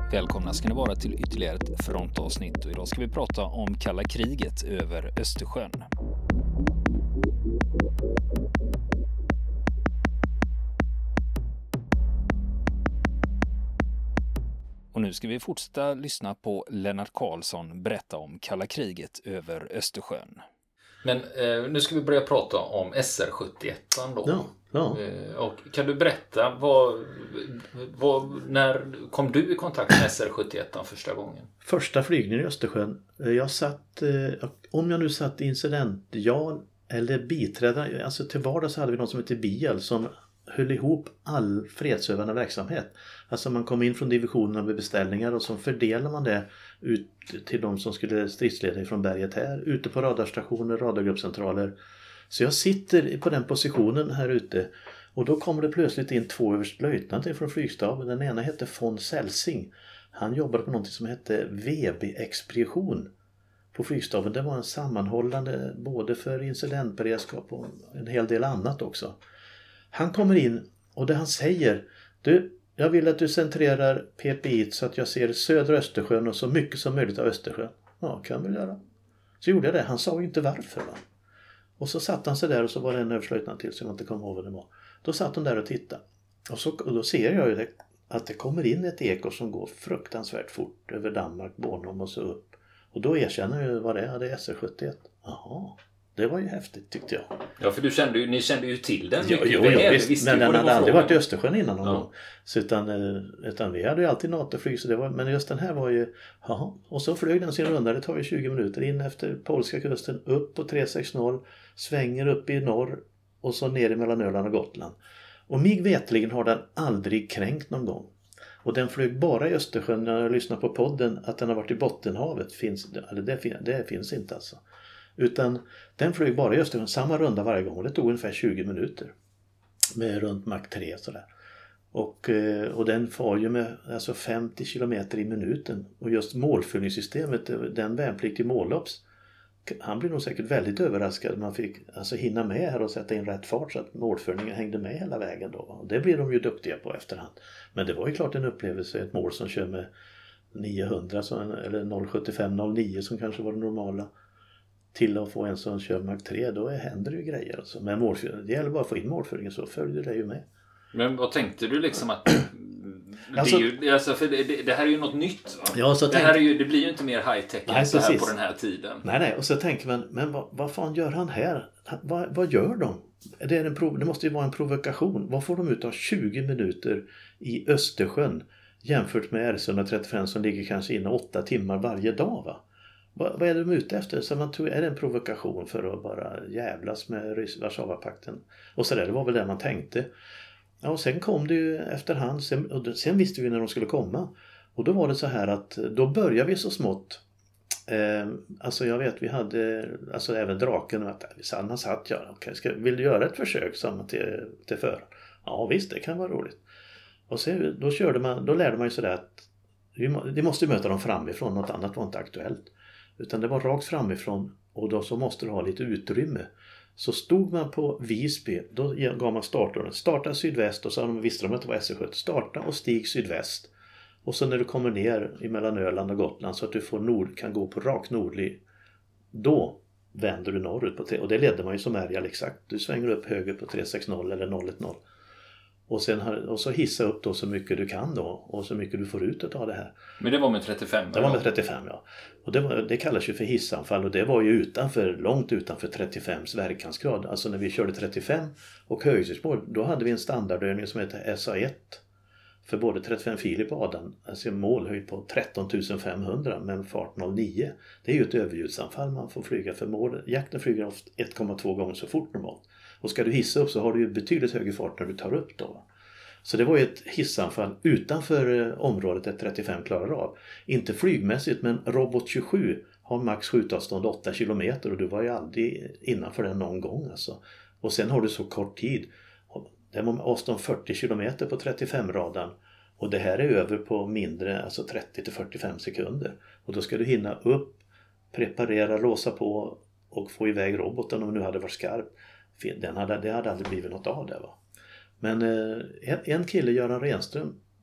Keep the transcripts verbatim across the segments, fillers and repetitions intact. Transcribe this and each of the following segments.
Välkomna ska ni vara till ytterligare ett frontavsnitt och idag ska vi prata om kalla kriget över Östersjön. Och nu ska vi fortsätta lyssna på Lennart Karlsson berätta om kalla kriget över Östersjön. Men eh, nu ska vi börja prata om S R sjuttioett då. Ja, ja. Eh, och kan du berätta, vad, vad, när kom du i kontakt med S R sjuttioett första gången? Första flygningen i Östersjön. Jag satt, eh, om jag nu satt incident, ja eller biträdare, alltså till vardags hade vi något som heter B I A L som höll ihop all fredsövande verksamhet. Alltså man kom in från divisionerna med beställningar och så fördelar man det ut till de som skulle stridsleda från berget här. Ute på radarstationer, radargruppcentraler. Så jag sitter på den positionen här ute och då kommer det plötsligt in två överstlöjtnanter från flygstaben. Den ena hette von Selsing. Han jobbade på något som hette V B-expedition på flygstaben. Det var en sammanhållande både för incidentberedskap och en hel del annat också. Han kommer in och det han säger, du, jag vill att du centrerar P P I så att jag ser södra Östersjön och så mycket som möjligt av Östersjön. Ja, kan vi göra. Så gjorde jag det. Han sa ju inte varför, va. Och så satt han sig där och så var det en överslöjtnant till så jag inte kom ihåg vad det var. Då satt han där och tittade. Och, så, och då ser jag ju det, att det kommer in ett eko som går fruktansvärt fort över Danmark, Bornholm och så upp. Och då erkänner jag vad det är, det är S R sjuttioett. Jaha. Det var ju häftigt tyckte jag. Ja, för du kände ju, ni kände ju till den. Jo, jo, jo visst, men den hade aldrig varit i Östersjön innan någon ja. gång. Så utan, utan vi hade ju alltid NATO-flyg. Så det var, men just den här var ju, jaha. Och så flög den sin runda, det tar ju tjugo minuter in efter polska kusten, upp på tre sextio, svänger upp i norr och så ner mellan Öland och Gotland. Och mig vetligen har den aldrig kränkt någon gång. Och den flög bara i Östersjön när jag lyssnade på podden att den har varit i Bottenhavet. Finns, eller det, det finns inte alltså. Utan den flög bara i Östersjön samma runda varje gång och det tog ungefär tjugo minuter med runt Mach tre sådär. Och, och den far ju med alltså femtio kilometer i minuten och just målföljningssystemet, den värnplikt i mållopps, han blev nog säkert väldigt överraskad. Man fick alltså hinna med här och sätta in rätt fart så att målföljningen hängde med hela vägen då. Och det blir de ju duktiga på efterhand. Men det var ju klart en upplevelse, ett mål som kör med niohundra eller noll komma sjuttiofem noll nio som kanske var det normala. Till att få en som kör Mach tre, då händer det ju grejer. Alltså. Men målföringen, det gäller bara att få in målföringen så följer det ju med. Men vad tänkte du liksom att... Alltså, det, är ju, alltså för det, det, det här är ju något nytt. Va? Ja, så det, tänk... här är ju, det blir ju inte mer high-tech nej, än så här på den här tiden. Nej, nej. Och så tänker man, men vad, vad fan gör han här? Vad, vad gör de? Det, är en prov, det måste ju vara en provokation. Vad får de ut av tjugo minuter i Östersjön jämfört med R S ett trettiofem som ligger kanske inne åtta timmar varje dag, va? Vad är de ute efter? Så man tror, är det en provokation för att bara jävlas med Warszawapakten? Och så där, det var väl det man tänkte. Ja, och sen kom det ju efterhand. Sen, och sen visste vi när de skulle komma. Och då var det så här att då började vi så smått. Eh, alltså jag vet, vi hade alltså även draken. Och att Sanna satt, ja, okay, ska, vill du göra ett försök samma till, till för? Ja visst, det kan vara roligt. Och sen, då, körde man, då lärde man ju sådär att vi, vi måste möta dem framifrån. Något annat var inte aktuellt. Utan det var rakt framifrån och då så måste du ha lite utrymme. Så stod man på Visby, då gav man startordern. Starta sydväst och så visste de att det var S R sjuttioett. Starta och stig sydväst. Och så när du kommer ner i mellan Öland och Gotland så att du får nord, kan gå på rak nordlig. Då vänder du norrut på tre. Och det ledde man ju som ärjal exakt. Du svänger upp höger på tre sextio eller noll ett noll. Och, sen har, och så hissa upp då så mycket du kan då. Och så mycket du får ut av det här. Men det var med trettiofem? Det var med trettiofem, ja. Och det, var, det kallas ju för hissanfall. Och det var ju utanför, långt utanför trettiofems verkansgrad. Alltså när vi körde trettiofem och högsyspår. Då hade vi en standardövning som heter S A ett. För både trettiofem Filip och Adam. Alltså målhöjd på tretton tusen femhundra med en fart noll nio. Det är ju ett överljudsanfall man får flyga för mål. Jakten flyger ofta ett komma två gånger så fort normalt. Och ska du hissa upp så har du ju betydligt högre fart när du tar upp då. Så det var ju ett hissanfall utanför området ett trettiofem klarar av. Inte flygmässigt, men Robot tjugosju har max skjutavstånd åtta kilometer och du var ju aldrig innanför den någon gång alltså. Och sen har du så kort tid. Det var med avstånd fyrtio kilometer på trettiofem-radarn. Och det här är över på mindre, alltså trettio till fyrtiofem sekunder. Och då ska du hinna upp, preparera, låsa på och få iväg roboten om du hade varit skarp. Den hade, det hade aldrig blivit något av det, va. Men eh, en kille, Göran Renström,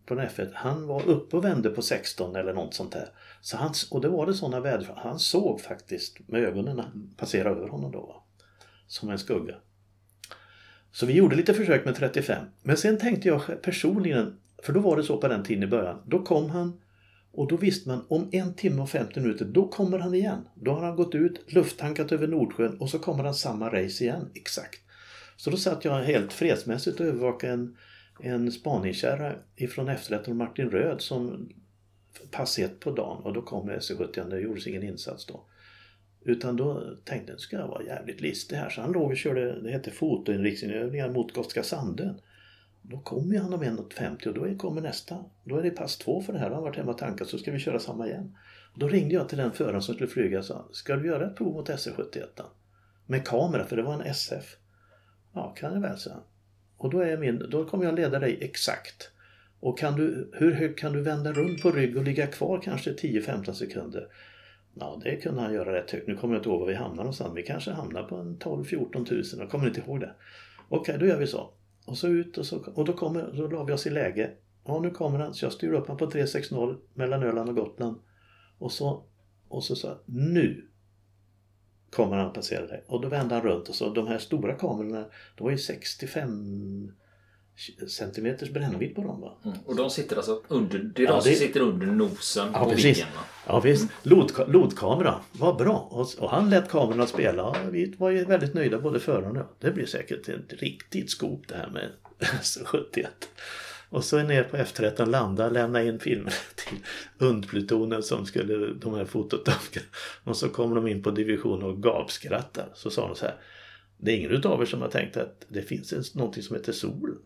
på F ett, han var uppe och vände på sexton eller något sånt där. Så han, och det var det sådana väder, han såg faktiskt med ögonen passera över honom då. Va? Som en skugga. Så vi gjorde lite försök med trettiofem. Men sen tänkte jag personligen, för då var det så på den tiden i början, då kom han och då visste man om en timme och femtio minuter, då kommer han igen. Då har han gått ut, lufttankat över Nordsjön och så kommer han samma race igen, exakt. Så då satt jag helt fredsmässigt och övervakade en, en spaningskärra ifrån F tretton och Martin Röd som passerat på dagen och då kom S sjuttio, det gjordes ingen insats då. Utan då tänkte jag, ska jag vara jävligt listig här. Så han låg och körde, det heter fotoinriktningsövningar mot Gotska Sanden. Då kommer han om en femtio och då kommer nästa. Då är det pass två för det här. Då har han varit hemma och tankat, så ska vi köra samma igen. Då ringde jag till den föraren som skulle flyga och sa, ska du göra ett prov mot S sjuttioett? Med kamera, för det var en S F. Ja, kan jag väl säga. Och då, är min, då kommer jag leda dig exakt. Och kan du, hur högt kan du vända runt på rygg och ligga kvar kanske tio till femton sekunder? Ja, det kunde han göra rätt högt. Nu kommer jag inte ihåg var vi hamnar någonstans. Vi kanske hamnar på en tolv till fjorton tusen. Jag kommer inte ihåg det. Okej, då gör vi så. Och så ut och, så, och då, kommer, då la vi oss i läge. Ja, nu kommer han. Så jag styr upp han på tre sextio mellan Öland och Gotland. Och så och så sa nu kommer han passera dig. Och då vände han runt och så. De här stora kamerorna, det var ju sextiofem centimeters brännvidd på dem, va? Mm. Och de sitter alltså under, det är ja, de som det... sitter under nosen ja, på precis. vingen, va? Ja visst, Lod, lodkamera var bra och, och han lät kamerorna spela och vi var ju väldigt nöjda både förarna och det blir säkert ett riktigt skop det här med S sjuttioett. Och så är ner på F tretton, landa, lämna in filmen till undplutonen som skulle de här fotot och så kommer de in på division och gapskrattar. Så sa de så här, det är ingen utav er som har tänkt att det finns en, någonting som heter sol.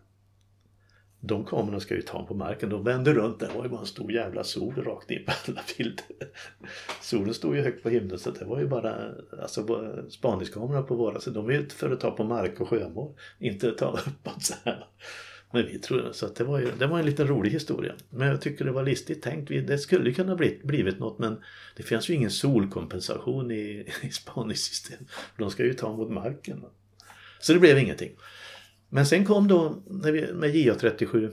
De kamerorna ska ju ta på marken. De vände runt. Det var ju bara en stor jävla sol rakt in på alla bilder. Solen stod ju högt på himlen. Så det var ju bara alltså, spaningskamerorna på våra. Så de är ju för att ta på mark och sjömål. Inte ta uppåt så här. Men vi tror så att det var ju det var en liten rolig historia. Men jag tycker det var listigt tänkt. Det skulle kunna bli, blivit något. Men det finns ju ingen solkompensation i, i spaningssystem. De ska ju ta mot marken. Så det blev ingenting. Men sen kom då när vi, med J A trettiosju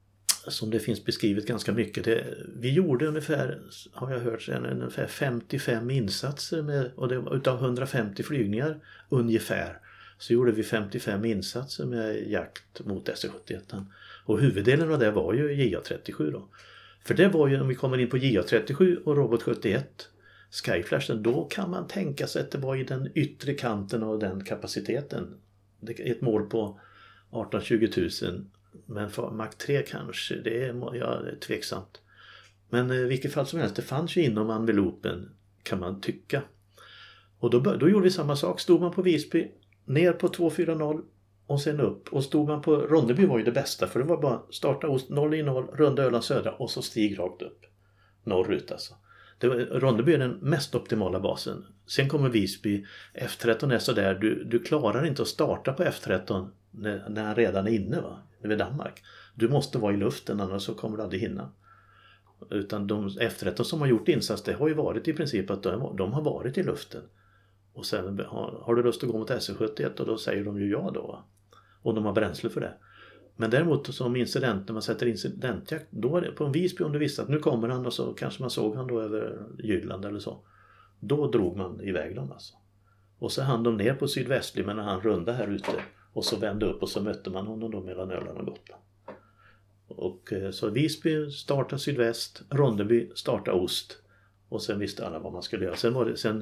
som det finns beskrivet ganska mycket. Det, vi gjorde ungefär, har jag hört sen, ungefär femtiofem insatser med, och det var utav hundrafemtio flygningar ungefär. Så gjorde vi femtiofem insatser med jakt mot S sjuttioett. Och huvuddelen av det var ju J A trettiosju då. För det var ju, om vi kommer in på J A trettiosju och Robot sjuttioett, Skyflashen, då kan man tänka sig att det var i den yttre kanten av den kapaciteten. Det är ett mål på arton till tjugo tusen, men för Mach tre kanske, det är, ja, det är tveksamt. Men i vilket fall som helst, det fanns ju inom envelopen, kan man tycka. Och då, då gjorde vi samma sak, stod man på Visby, ner på två fyrtio och sen upp. Och stod man på Ronneby var ju det bästa, för det var bara starta ost, noll i noll, runda Öland södra och så stig rakt upp. Norrut alltså. Det var, Ronneby är den mest optimala basen. Sen kommer Visby, F tretton är så där, du, du klarar inte att starta på F tretton när, när han redan är inne, va? Vid Danmark. Du måste vara i luften, annars så kommer du aldrig hinna. Utan de F tretton som har gjort insats, det har ju varit i princip att de, de har varit i luften. Och sen har, har du lust att gå mot S sjuttioett och då säger de ju ja då, va? Och de har bränsle för det. Men däremot som incident, när man sätter incidentjakt, då är det på en Visby, om du visste att nu kommer han och så kanske man såg han då över Jylland eller så. Då drog man iväg dem alltså. Och så hann de ner på sydvästlig, men när han runda här ute och så vände upp och så mötte man honom då mellan Öland och Gotland. Och så Visby startar sydväst, Ronneby startar ost och sen visste alla vad man skulle göra. Sen var det sen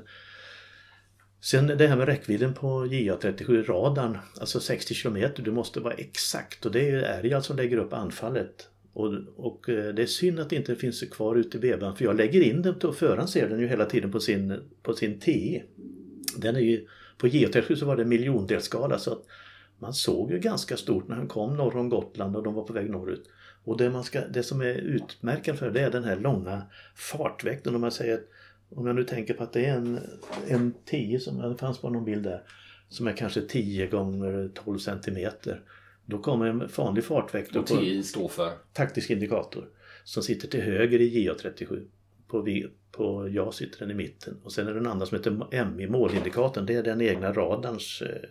Sen det här med räckvidden på J A trettiosju radarn, alltså sextio kilometer, du måste vara exakt och det är Ärjal som lägger upp anfallet. Och, och det är synd att det inte finns kvar ute i beban, för jag lägger in den och föraren ser den ju hela tiden på sin, på sin T E. Den är ju, på J A trettiosju så var det miljondelskala så att man såg ju ganska stort när han kom norr om Gotland och de var på väg norrut. Och det, man ska, det som är utmärkande för det är den här långa fartväkten, om man säger att om jag nu tänker på att det är en, en tio, som det fanns på någon bild där, som är kanske tio gånger tolv centimeter. Då kommer en vanlig fartväktor på tio står för taktisk indikator som sitter till höger i J A trettiosju. På, på jag sitter den i mitten. Och sen är det en annan som heter M I, målindikatorn. Det är den egna radarns eh,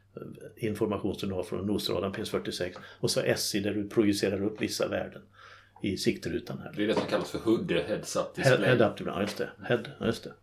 information som du har från nosradarn P S fyrtiosex. Och så S I där du projicerar upp vissa värden. i siktrutan här. Det är det som kallas för H U D, Heads-Up Display. Head-Up Display, ja just det. Head, just det.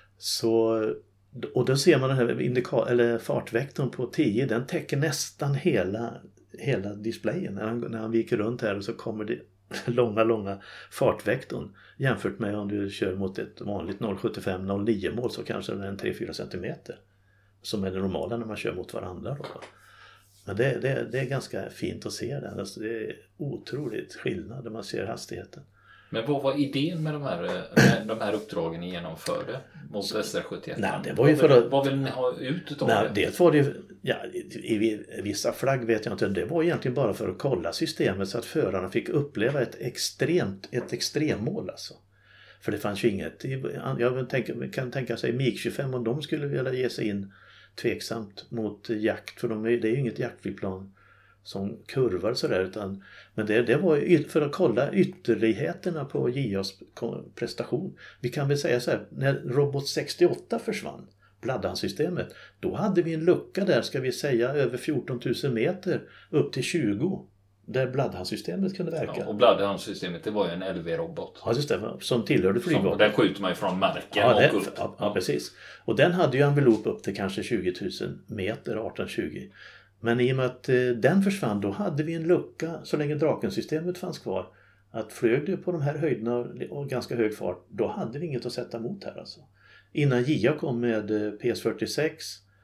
Så, och då ser man den här indika- eller fartvektorn på tio, den täcker nästan hela, hela displayen. När han, när han viker runt här och så kommer det långa, långa fartvektorn. Jämfört med om du kör mot ett vanligt noll komma sjuttiofem noll komma nio mål så kanske den är tre till fyra centimeter. Som är det normala när man kör mot varandra då. Men det, det, det är ganska fint att se den. Alltså det är otroligt skillnad när man ser hastigheten. Men vad var idén med de här, med de här uppdragen ni genomförde mot S R sjuttioett? Nej, det var ju för att... Vad vill ni ha ut utav nej, det? Det var det, ja, i, i vissa flagg vet jag inte. Det var egentligen bara för att kolla systemet så att förarna fick uppleva ett extremt, ett extremmål alltså. För det fanns ju inget. Jag tänka, kan tänka sig M I G tjugofem om de skulle vilja ge sig in tveksamt mot jakt. För de är, det är ju inget jaktflygplan som kurvar sådär. Utan, men det, det var för att kolla ytterligheterna på J A:s prestation. Vi kan väl säga så här, när Robot sextioåtta försvann, Bloodhound-systemet, då hade vi en lucka där, ska vi säga, över fjorton tusen meter upp till tjugo. Där Bloodhound-systemet kunde verka. Ja, och Bloodhound-systemet, det var ju en L V-robot. Ja, just det, som tillhörde flygvapnet. Den skjuter man ju från marken ja, det, och upp. Ja, ja, precis. Och den hade ju envelop upp till kanske tjugo tusen meter, arton tjugo. Men i och med att eh, den försvann, då hade vi en lucka så länge Draken-systemet fanns kvar. Att flög du på de här höjderna och ganska hög fart, då hade vi inget att sätta emot här alltså. Innan J A kom med eh, P S fyrtiosex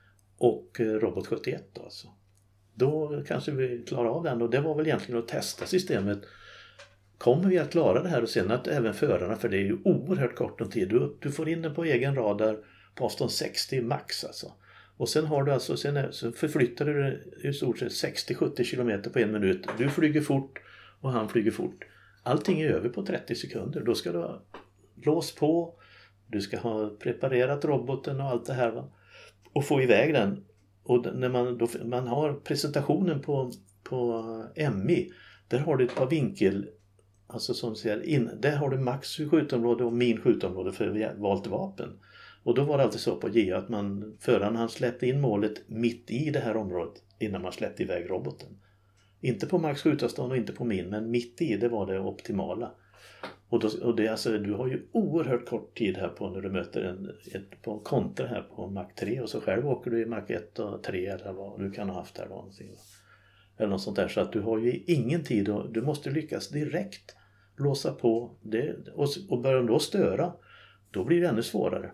och eh, Robot sjuttioett då alltså. Då kanske vi klarar av den och det var väl egentligen att testa systemet. Kommer vi att klara det här och sen att även förarna, för det är ju oerhört kort om tid. Du, du får in den på egen radar på avstånd sextio max alltså. Och sen har du alltså, sen, är, sen förflyttar du i stort sett sextio till sjuttio kilometer på en minut. Du flyger fort och han flyger fort. Allting är över på trettio sekunder. Då ska du ha lås på, du ska ha preparerat roboten och allt det här va. Och få iväg den. Och när man, då, man har presentationen på, på M I, där har du ett par vinkel, alltså som säger in, där har du max skjutområde och min skjutområde för valt vapen. Och då var det alltid så på J A att man, föraren han släppte in målet mitt i det här området innan man släppte iväg roboten. Inte på max skjutavstånd och inte på min, men mitt i det var det optimala. Och, då, och det, alltså, du har ju oerhört kort tid här på när du möter en, ett, på en konter här på Mach tre och så själv åker du i Mach ett och tre eller vad du kan ha haft här då. Eller något sånt där, så att du har ju ingen tid och du måste lyckas direkt låsa på det och, och börjar de då störa, då blir det ännu svårare.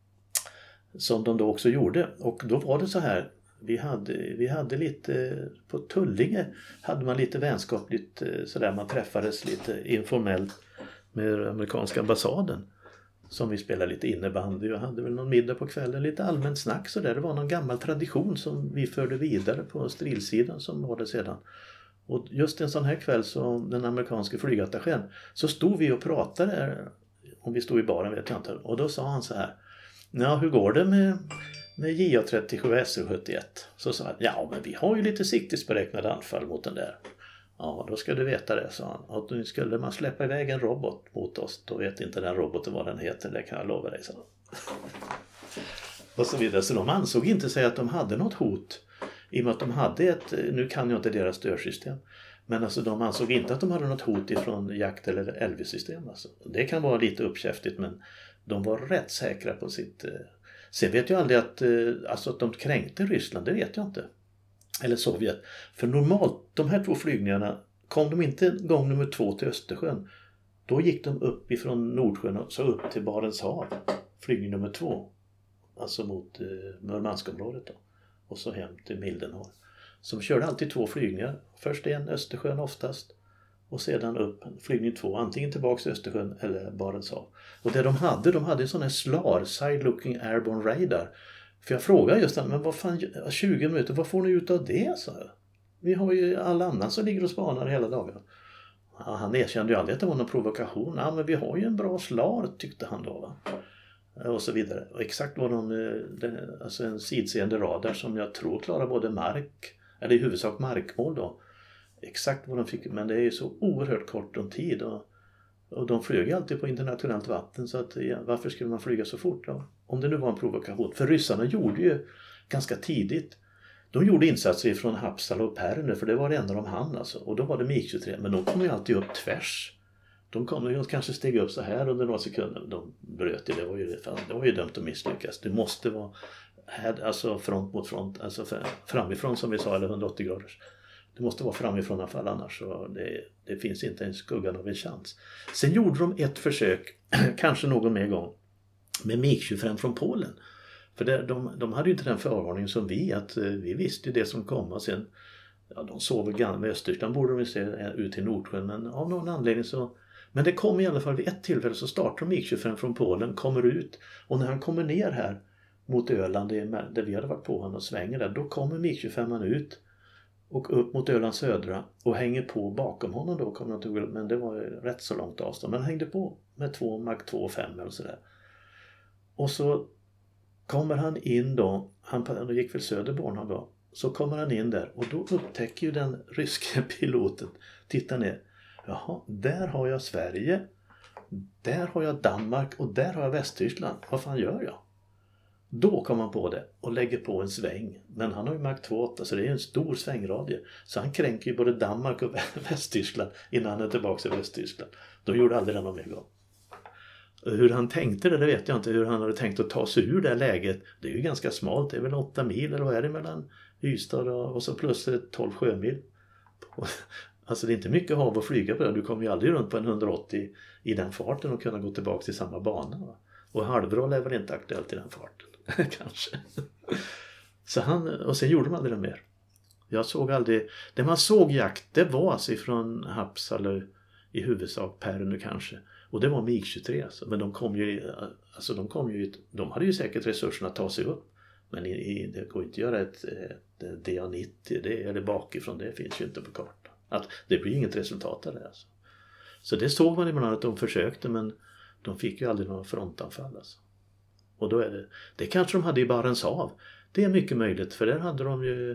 Som de då också gjorde. Och då var det så här, vi hade, vi hade lite, på Tullinge hade man lite vänskapligt sådär, man träffades lite informellt med amerikanska ambassaden som vi spelade lite innebandy och hade väl någon middag på kvällen, lite allmänt snack så där. Det var någon gammal tradition som vi förde vidare på strilsidan som var det sedan. Och just en sån här kväll så den amerikanska flygattachén, så stod vi och pratade där, om vi stod i baren vet jag inte, och då sa han så här: ja, hur går det med, med J A trettiosju och S R sjuttioett? Så sa han, ja men vi har ju lite siktighetsberäknade anfall mot den där. Ja, då ska du veta det, sa han. Och nu skulle man släppa iväg en robot mot oss, då vet inte den roboten vad den heter, det kan jag lova dig, sa han. Och så vidare, så de ansåg inte sig att de hade något hot. I och med att de hade ett, nu kan jag inte deras störsystem, men alltså de ansåg inte att de hade något hot ifrån jakt- eller L V-system. Alltså. Det kan vara lite uppkäftigt, men de var rätt säkra på sitt... Sen vet jag aldrig att, alltså att de kränkte Ryssland, det vet jag inte. Eller Sovjet. För normalt, de här två flygningarna, kom de inte gång nummer två till Östersjön, då gick de upp ifrån Nordsjön och så upp till Barents hav. Flygning nummer två. Alltså mot Murmanskområdet då. Och så hem till Mildenhav. Så de körde alltid två flygningar. Först en, Östersjön oftast. Och sedan upp flygning två, antingen tillbaka till Östersjön eller Barents hav. Och det de hade, de hade en sån här S L A R, Side Looking Airborne Radar. För jag frågade just men vad fan, tjugo minuter, vad får ni ut av det? Så här. Vi har ju alla annan som ligger och spanar hela dagen. Ja, han erkände ju aldrig att det var någon provokation. Ja, men vi har ju en bra S L A R, tyckte han då va. Och så vidare. Och exakt vad de, den, alltså en sidseende radar som jag tror klarar både mark, eller i huvudsak markmål då. Exakt vad de fick, men det är ju så oerhört kort om tid och, och de flög alltid på internationellt vatten, så att ja, varför skulle man flyga så fort då? Om det nu var en provokation. För ryssarna gjorde ju ganska tidigt, de gjorde insatser från Hapsala och Pärnu, för det var det enda de hann alltså. Och då var det M I G tjugotre, men de kom ju alltid upp tvärs De kom de kanske steg upp så här under några sekunder. De bröt ju, det var ju, det var ju dömt att misslyckas. Det måste vara här, alltså front mot front, alltså framifrån som vi sa, eller hundraåttio graders. Det måste vara framifrån i alla fall, annars så det, det finns inte en skuggan av en chans. Sen gjorde de ett försök, kanske någon mer gång, med mig tjugofem från Polen. För det, de, de hade ju inte den förvarningen som vi, att vi visste ju det som kom. Och sen, ja, de såg väl grann med Österrike, borde de se ut i Nordsjön, men av någon anledning så... Men det kom i alla fall vid ett tillfälle, så startar de mig tjugofem från Polen, kommer ut, och när han kommer ner här mot Öland, där vi hade varit på honom och svänger där, då kommer mig tjugofem ut och upp mot Öland södra och hänger på bakom honom då, kommer jag inte, men det var rätt så långt avstånd, men han hängde på med två Mach två och fem eller sådär. Och så kommer han in då, han, han gick väl Söderborn han då, så kommer han in där och då upptäcker ju den ryska piloten, tittar ner, jaha, där har jag Sverige, där har jag Danmark och där har jag Västtyskland, vad fan gör jag? Då kommer han på det och lägger på en sväng, men han har ju Mach två åtta, så det är en stor svängradie, så han kränker ju både Danmark och Västtyskland innan han är tillbaka i Västtyskland. De gjorde aldrig den någon mer gång. Hur han tänkte det, det vet jag inte. Hur han hade tänkt att ta sig ur det här läget. Det är ju ganska smalt. Det är väl åtta mil eller vad är det mellan Ystad och, och så plus tolv sjömil. Alltså det är inte mycket hav att flyga på det. Du kommer ju aldrig runt på en hundraåttio i den farten och kunna gå tillbaka till samma bana. Va? Och halvroll är väl inte aktuellt i den farten. Kanske. Så han, och sen gjorde man aldrig det mer. Jag såg aldrig... Det man såg jakt, det var alltså ifrån Haps eller i huvudsak Pärnu kanske. Och det var mig tjugotre alltså. Men de kom ju, alltså de kom ju, de hade ju säkert resurserna att ta sig upp. Men i, i, det går inte att göra ett, ett D A nittio, det, eller bakifrån, det finns ju inte på kartan. Att det blir inget resultat av det alltså. Så det såg man ibland att de försökte, men de fick ju aldrig några frontanfall alltså. Och då är det, det kanske de hade i Barents hav. Det är mycket möjligt, för där hade de ju,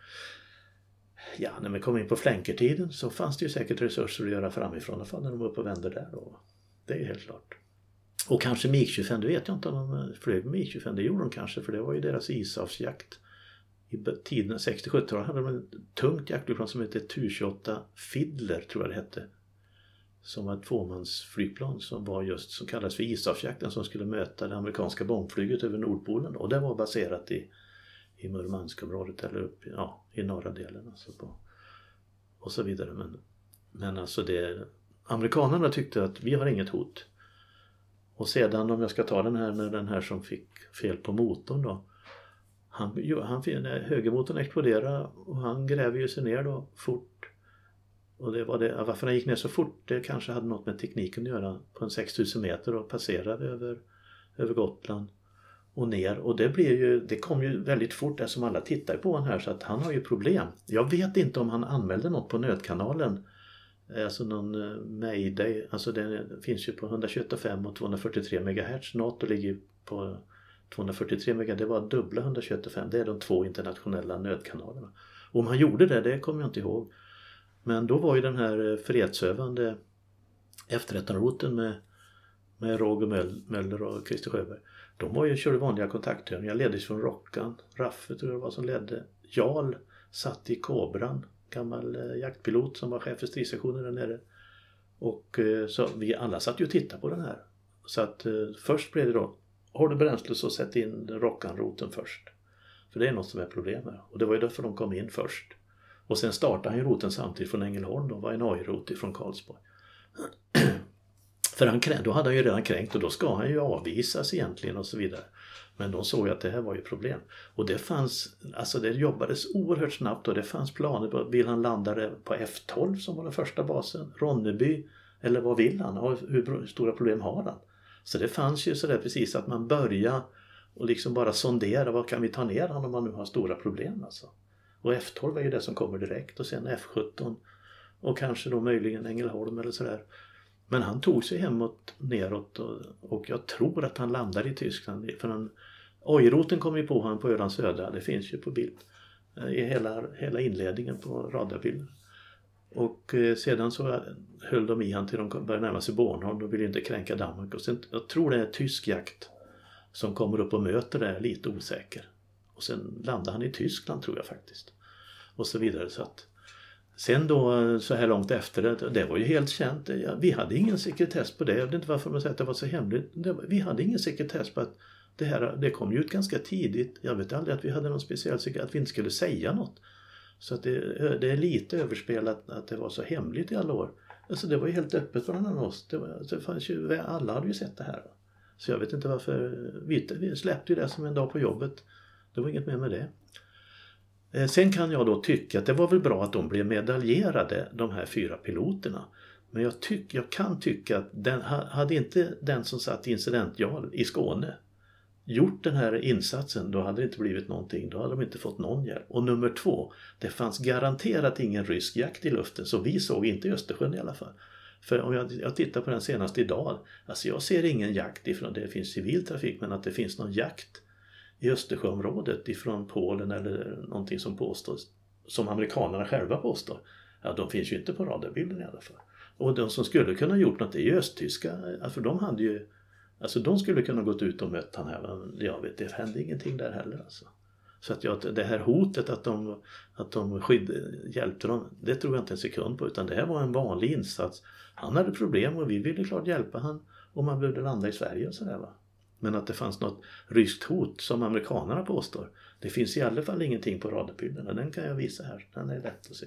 ja, när man kom in på flänkertiden så fanns det ju säkert resurser att göra framifrån i alla fall när de var uppe och vände där då. Det är ju helt klart. Och kanske mig tjugofem, det vet jag inte om de flög med mig tjugofem, det gjorde de kanske, för det var ju deras ishavsjakt. I tiden sextio-sjuttio hade de ett tungt jaktflygplan som hette Tu tjugoåtta Fiddler, tror jag det hette. Som var ett tvåmansflygplan som var just, som kallades för ishavsjakten, som skulle möta det amerikanska bombflyget över Nordpolen. Och det var baserat i, i Murmanskområdet eller upp ja, i norra delen. Alltså på, och så vidare. Men, men alltså det, amerikanerna tyckte att vi har inget hot. Och sedan, om jag ska ta den här med den här som fick fel på motorn då. Han, han, högermotorn exploderade och han gräver ju sig ner då fort. Och det var det, varför han gick ner så fort, det kanske hade något med tekniken att göra, på en sex tusen meter och passerade över, över Gotland och ner. Och det blev ju, det kom ju väldigt fort eftersom alla tittar på honom här, så att han har ju problem. Jag vet inte om han anmälde något på nödkanalen, alltså någon Mayday, alltså det finns ju på etthundratjugoett komma fem och tvåhundrafyrtiotre megahertz. NATO ligger på tvåhundrafyrtiotre megahertz, det var dubbla etthundratjugoett komma fem, det är de två internationella nödkanalerna. Och om han gjorde det, det kommer jag inte ihåg. Men då var ju den här fredsövande F tretton-roten med, med Roger Möller och Christer Sjöberg. De var ju, körde vanliga kontaktövningar, leddes från Rockan. Raffe tror jag var som ledde. Jarl satt i Kobran, gammal eh, jaktpilot som var chef för stridssektionen där nere. Och eh, så vi alla satt ju och tittade på den här. Så att eh, först blev det då, har du bränsle så sätt in Rockan-roten först. För det är något som är problemet. Och det var ju därför de kom in först. Och sen startade han ju roten samtidigt från Ängelholm. Då var en A I-rot från Karlsborg. För han, då hade han ju redan kränkt och då ska han ju avvisas egentligen och så vidare. Men de såg ju att det här var ju problem. Och det fanns, alltså det jobbades oerhört snabbt och det fanns planer på, vill han landade på F tolv som var den första basen, Ronneby, eller vad vill han och hur stora problem har han? Så det fanns ju sådär precis att man börjar och liksom bara sondera, vad kan vi ta ner han om man nu har stora problem alltså. Och F tolv är ju det som kommer direkt och sen F sjutton och kanske då möjligen Ängelholm eller sådär. Men han tog sig hemåt neråt och, och jag tror att han landade i Tyskland. För han, oj-roten kom ju på honom på Öland södra, det finns ju på bild. I hela, hela inledningen på radarbilden. Och eh, sedan så höll de i han till de började närma sig Bornholm. De ville inte kränka Danmark. Och sen, jag tror det är tysk jakt som kommer upp och möter det, lite osäker. Och sen landar han i Tyskland tror jag faktiskt. Och så vidare så att Sen då så här långt efter det, det var ju helt känt. Vi hade ingen sekretess på det. Jag vet inte varför man säger att det var så hemligt. Det, vi hade ingen sekretess på att det här, det kom ju ut ganska tidigt. Jag vet aldrig att vi hade någon speciell sekretess, att vi inte skulle säga något. Så att det, det är lite överspelat att det var så hemligt i alla år. Alltså det var ju helt öppet för någon av oss. Det var, det fanns ju, alla hade ju sett det här. Så jag vet inte varför. Vi, vi släppte ju det som en dag på jobbet. Det var inget mer med det. Sen kan jag då tycka att det var väl bra att de blev medaljerade, de här fyra piloterna. Men jag, tyck, jag kan tycka att den, hade inte den som satt incidentjal i Skåne gjort den här insatsen, då hade det inte blivit någonting. Då hade de inte fått någon hjälp. Och nummer två, det fanns garanterat ingen rysk jakt i luften. Så vi såg inte i Östersjön i alla fall. För om jag, jag tittar på den senaste idag, alltså jag ser ingen jakt ifrån, det finns civil trafik, men att det finns någon jakt i Östersjöområdet ifrån Polen eller någonting som påstås, som amerikanerna själva påstår. Ja, de finns ju inte på radarbilden i alla fall. Och de som skulle kunna gjort något är ju östtyska, för de hade ju, alltså de skulle kunna gått ut och mött han här, men jag vet, det hände ingenting där heller alltså. Så att jag, det här hotet att de, att de skydd, hjälpte dem, det tror jag inte en sekund på, utan det här var en vanlig insats. Han hade problem och vi ville klart hjälpa han om man behövde landa i Sverige och sådär va. Men att det fanns något ryskt hot som amerikanerna påstår, det finns i alla fall ingenting på radarbilderna. Den kan jag visa här, den är lätt att se.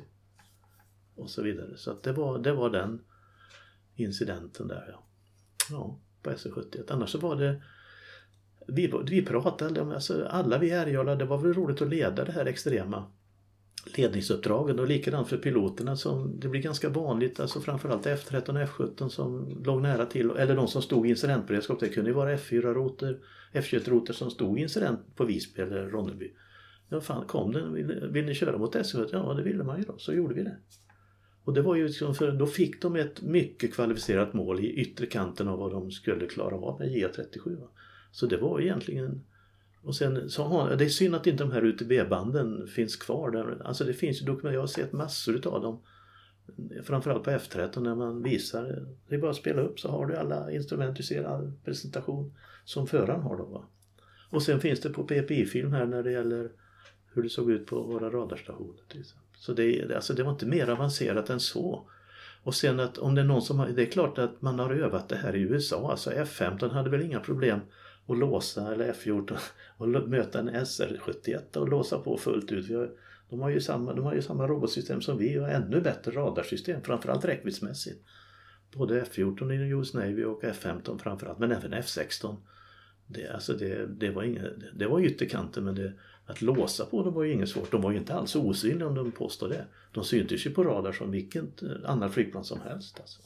Och så vidare. Så att det, var, det var den incidenten där, ja. Ja, på S sjuttioett. Annars så var det, vi, vi pratade om, alltså alla vi Ärgala, det var väl roligt att leda det här extrema ledningsuppdragen, och likadant för piloterna som det blir ganska vanligt, alltså framförallt F tretton och F sjutton som låg nära till, eller de som stod i incidentberedskap, det kunde ju vara F fyra-rotor, F tjugoett-rotor som stod i incident på Visby eller Ronneby. Ja fan, kom den, vill, vill ni köra mot S sjutton? Ja, det ville man ju då, så gjorde vi det. Och det var ju liksom för, då fick de ett mycket kvalificerat mål i yttre kanten av vad de skulle klara av med J trettiosju. Va? Så det var egentligen. Och sen så, det är synd att inte de här U T B-banden finns kvar där. Alltså det finns ju dokument, jag har sett massor av dem. Framförallt på F tretton när man visar, det är bara att spela upp så har du alla instrument, du ser all presentation som föraren har då va. Och sen finns det på P P I-film här när det gäller hur det såg ut på våra radarstationer till exempel. Så det, alltså det var inte mer avancerat än så. Och sen att om det är någon som har, det är klart att man har övat det här i U S A, alltså F femton hade väl inga problem att låsa, eller F fjorton och möta en S R sjuttioett och låsa på fullt ut. Vi har, de, har ju samma, de har ju samma robotsystem som vi och ännu bättre radarsystem, framförallt räckviddsmässigt. Både F fjorton i U S Navy och F femton framförallt, men även F sexton. Det, alltså det, det var inga, det var ytterkanten, men det, att låsa på dem var ju inget svårt. De var ju inte alls osynliga om de påstår det. De syntes ju på radar som vilket annat flygplan som helst alltså.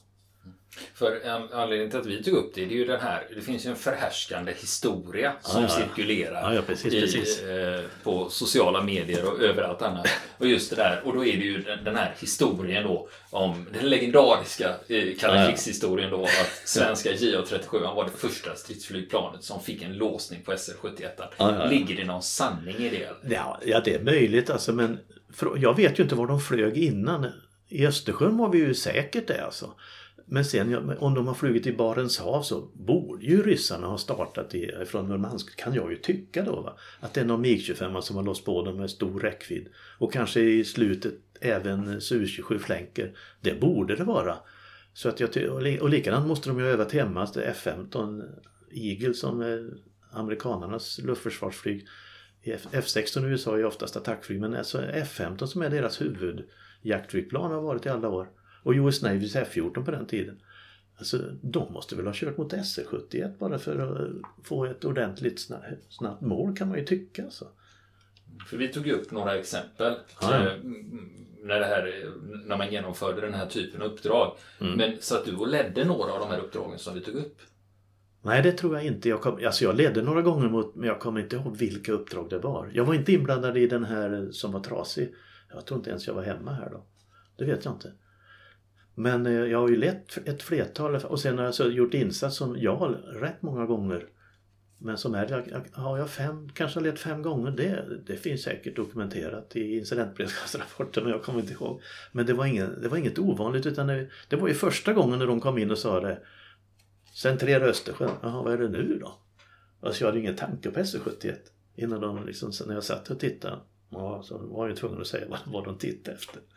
För anledningen till att vi tog upp det, det är ju den här, det finns ju en förhärskande historia som ja, ja. cirkulerar ja, ja, precis, i, precis. Eh, på sociala medier och överallt annat. Och just det där, och då är det ju den, den här historien då om den legendariska eh, kalla krigshistorien då att svenska J trettiosju var det första stridsflygplanet som fick en låsning på S R sjuttioett. Ja, ja, ja. Ligger det någon sanning i det? Ja, ja det är möjligt alltså, men för, jag vet ju inte var de flög innan. I Östersjön var vi ju säkert det alltså. Men sen om de har flugit i Barents hav så borde ju ryssarna ha startat i, från Murmansk, kan jag ju tycka då va? Att det är någon MiG tjugofem som har låst på dem med stor räckvidd. Och kanske i slutet även Su tjugosju flänker. Det borde det vara. Så att jag, och likadant måste de ju ha övat hemma. F femton Eagle som är amerikanernas luftförsvarsflyg. F sexton i U S A är oftast attackflyg, men alltså F femton som är deras huvudjaktflygplan har varit i alla år. Och U S Navys F fjorton på den tiden. Alltså, de måste väl ha kört mot S R sjuttioett bara för att få ett ordentligt snabbt, snabbt mål kan man ju tycka. Alltså. För vi tog ju upp några exempel ja. när, det här, när man genomförde den här typen av uppdrag. Mm. Men så att du och ledde några av de här uppdragen som vi tog upp? Nej, det tror jag inte. Jag, kom, alltså jag ledde några gånger mot, men jag kommer inte ihåg vilka uppdrag det var. Jag var inte inblandad i den här som var trasig. Jag tror inte ens jag var hemma här då. Det vet jag inte. Men jag har ju lett ett flertal och sen har jag så gjort insats som jag rätt många gånger. Men som är, jag, har jag fem, kanske lett fem gånger, det, det finns säkert dokumenterat i incidentberedskapsrapporten och jag kommer inte ihåg. Men det var, ingen, det var inget ovanligt utan det, det var ju första gången när de kom in och sa det. Centrera Östersjön, jaha vad är det nu då? Alltså jag hade ingen tanke på S R sjuttioett innan de liksom, när jag satt och tittade. Ja, så var jag tvungen att säga vad, vad de tittade efter.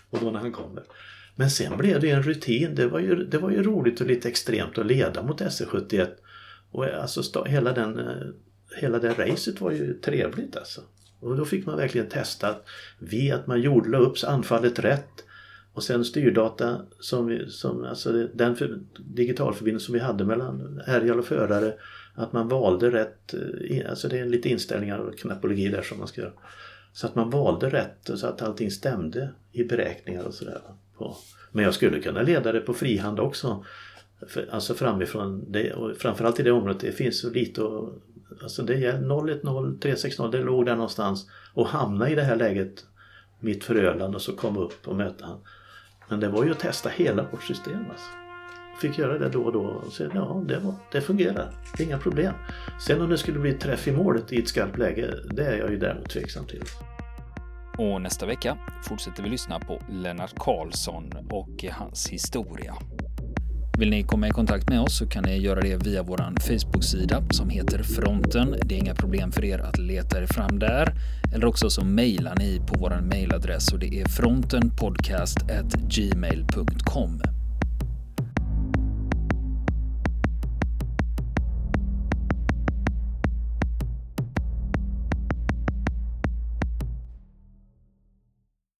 och då när han kommer. Men sen blev det en rutin. Det var ju, det var ju roligt och lite extremt att leda mot S E sjuttioett. Och alltså stå, hela, den, hela det racet var ju trevligt alltså. Och då fick man verkligen testa att, vi, att man gjorde upp anfallet rätt. Och sen styrdata som, vi, som alltså den för, digitalförbindelse som vi hade mellan ärjal och förare. Att man valde rätt, alltså det är lite inställningar och knappologi där som man ska göra. Så att man valde rätt och så att allting stämde i beräkningar och sådär. Men jag skulle kunna leda det på frihand också. Alltså framifrån det, och framförallt i det området, det finns så lite och, alltså det är noll ett noll, tre sex noll, det låg där någonstans. Och hamna i det här läget mitt för Öland och så komma upp och möta han. Men det var ju att testa hela vårt system alltså. Fick göra det då och då och säga, ja det, var, det fungerar, det är inga problem. Sen om det skulle bli träff i målet i ett skarpt läge, det är jag ju däremot tveksam till. Och nästa vecka fortsätter vi lyssna på Lennart Karlsson och hans historia. Vill ni komma i kontakt med oss så kan ni göra det via vår Facebook-sida som heter Fronten. Det är inga problem för er att leta er fram där. Eller också så mejlar ni på vår mejladress och det är frontenpodcast at gmail punkt com.